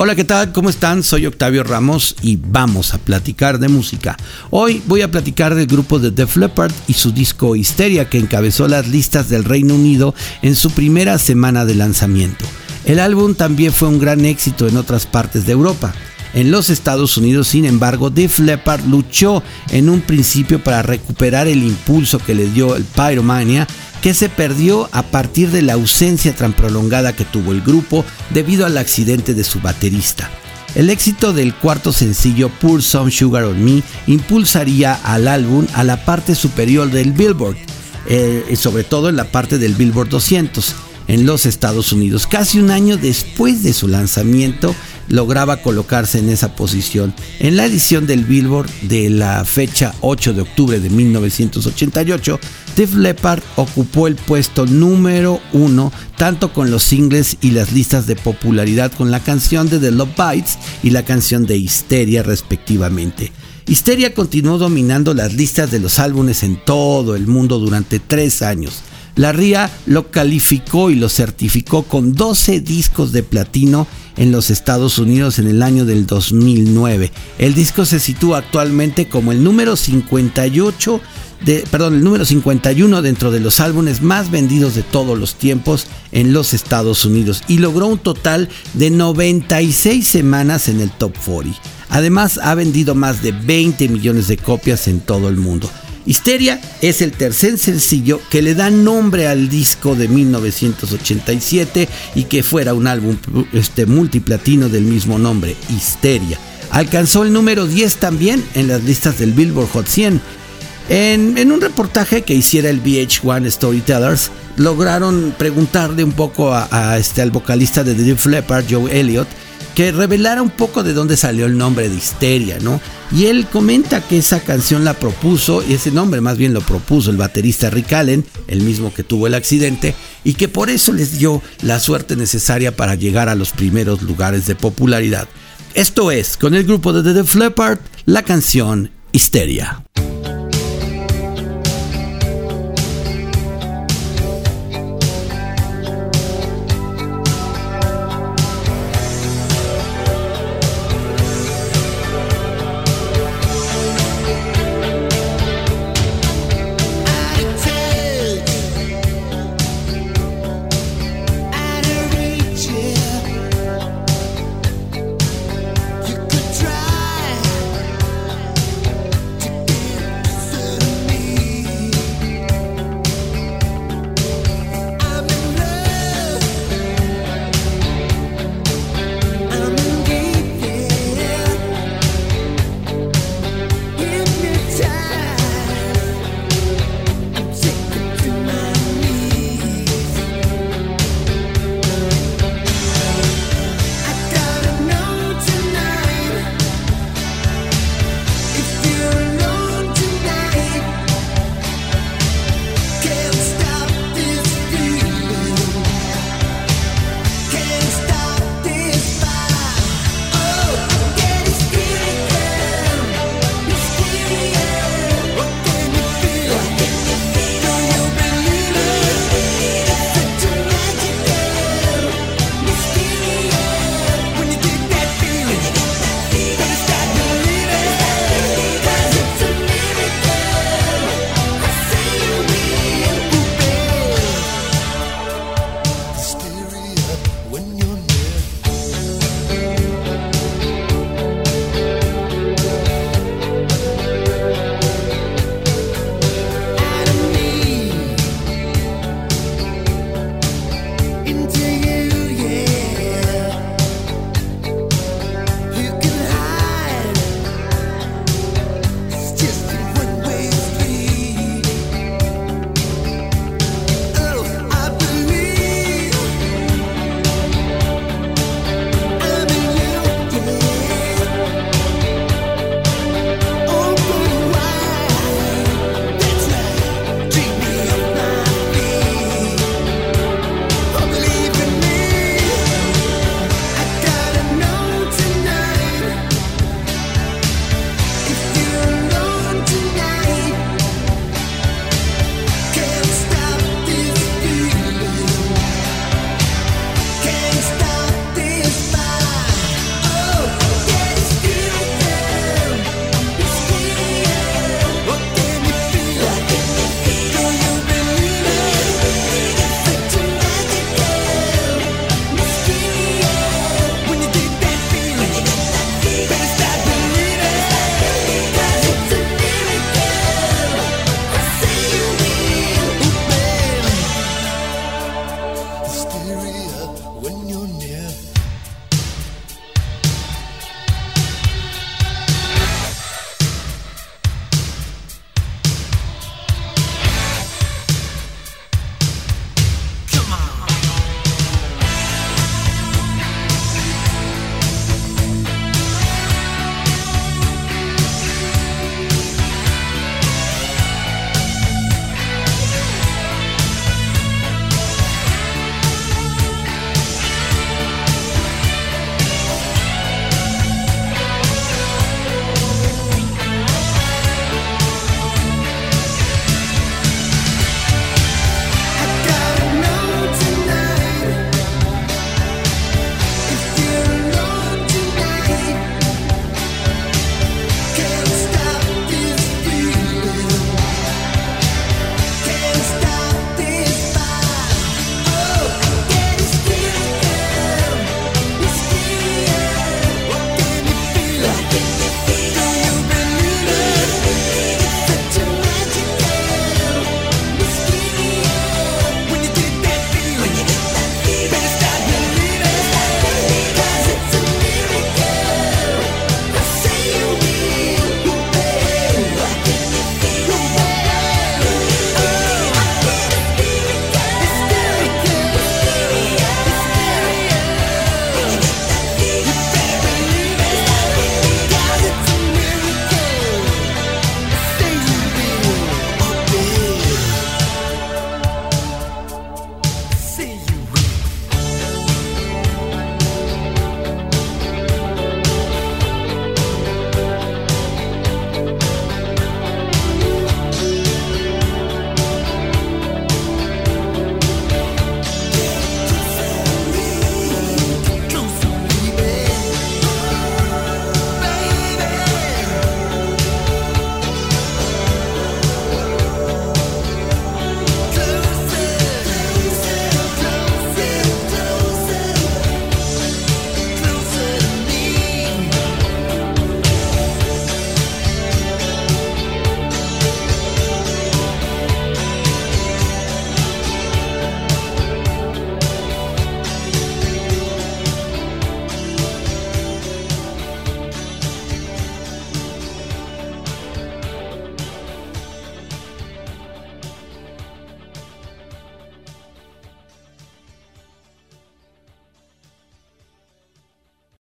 Hola, ¿qué tal? ¿Cómo están? Soy Octavio Ramos y vamos a platicar de música. Hoy voy a platicar del grupo de Def Leppard y su disco Hysteria, que encabezó las listas del Reino Unido en su primera semana de lanzamiento. El álbum también fue un gran éxito en otras partes de Europa. En los Estados Unidos, sin embargo, Def Leppard luchó en un principio para recuperar el impulso que le dio el Pyromania, que se perdió a partir de la ausencia tan prolongada que tuvo el grupo debido al accidente de su baterista. El éxito del cuarto sencillo Pour Some Sugar on Me impulsaría al álbum a la parte superior del Billboard, sobre todo en la parte del Billboard 200 en los Estados Unidos. Casi un año después de su lanzamiento, lograba colocarse en esa posición. En la edición del Billboard de la fecha 8 de octubre de 1988, Def Leppard ocupó el puesto número 1 tanto con los singles y las listas de popularidad con la canción de The Love Bites y la canción de Hysteria respectivamente. Hysteria continuó dominando las listas de los álbumes en todo el mundo durante 3 años. La RIA lo calificó y lo certificó con 12 discos de platino en los Estados Unidos en el año del 2009. El disco se sitúa actualmente como el número 51 dentro de los álbumes más vendidos de todos los tiempos en los Estados Unidos y logró un total de 96 semanas en el Top 40. Además, ha vendido más de 20 millones de copias en todo el mundo. Hysteria es el tercer sencillo que le da nombre al disco de 1987 y que fuera un álbum multiplatino del mismo nombre, Hysteria. Alcanzó el número 10 también en las listas del Billboard Hot 100. En un reportaje que hiciera el VH1 Storytellers, lograron preguntarle un poco al vocalista de Def Leppard, Joe Elliott, que revelara un poco de dónde salió el nombre de Hysteria, ¿no? Y él comenta que esa canción la propuso, y ese nombre más bien lo propuso el baterista Rick Allen, el mismo que tuvo el accidente, y que por eso les dio la suerte necesaria para llegar a los primeros lugares de popularidad. Esto es, con el grupo de Def Leppard, la canción Hysteria.